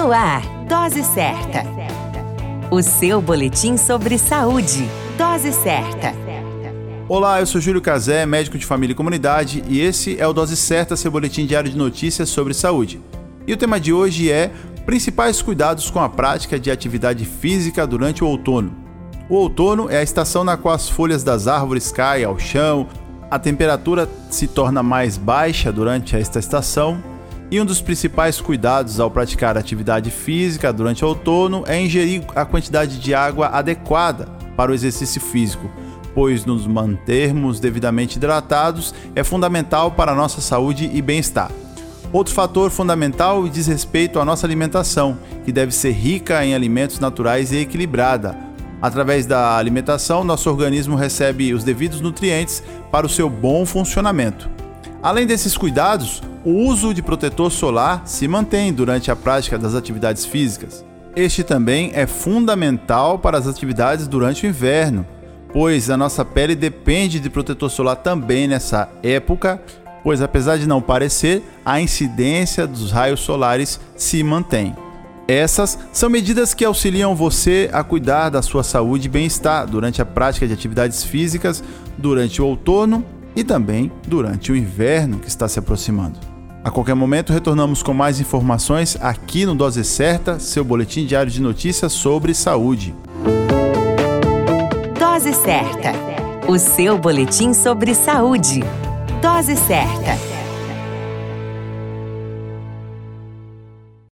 No ar, Dose Certa. O seu boletim sobre saúde. Dose Certa. Olá, eu sou Júlio Cazé, médico de família e comunidade, e esse é o Dose Certa, seu boletim diário de notícias sobre saúde. E o tema de hoje é principais cuidados com a prática de atividade física durante o outono. O outono é a estação na qual as folhas das árvores caem ao chão, a temperatura se torna mais baixa durante esta estação, e um dos principais cuidados ao praticar atividade física durante o outono é ingerir a quantidade de água adequada para o exercício físico, pois nos mantermos devidamente hidratados é fundamental para a nossa saúde e bem-estar. Outro fator fundamental diz respeito à nossa alimentação, que deve ser rica em alimentos naturais e equilibrada. Através da alimentação, nosso organismo recebe os devidos nutrientes para o seu bom funcionamento. Além desses cuidados, o uso de protetor solar se mantém durante a prática das atividades físicas. Este também é fundamental para as atividades durante o inverno, pois a nossa pele depende de protetor solar também nessa época, pois apesar de não parecer, a incidência dos raios solares se mantém. Essas são medidas que auxiliam você a cuidar da sua saúde e bem-estar durante a prática de atividades físicas durante o outono e também durante o inverno que está se aproximando. A qualquer momento retornamos com mais informações aqui no Dose Certa, seu boletim diário de notícias sobre saúde. Dose Certa, o seu boletim sobre saúde. Dose Certa.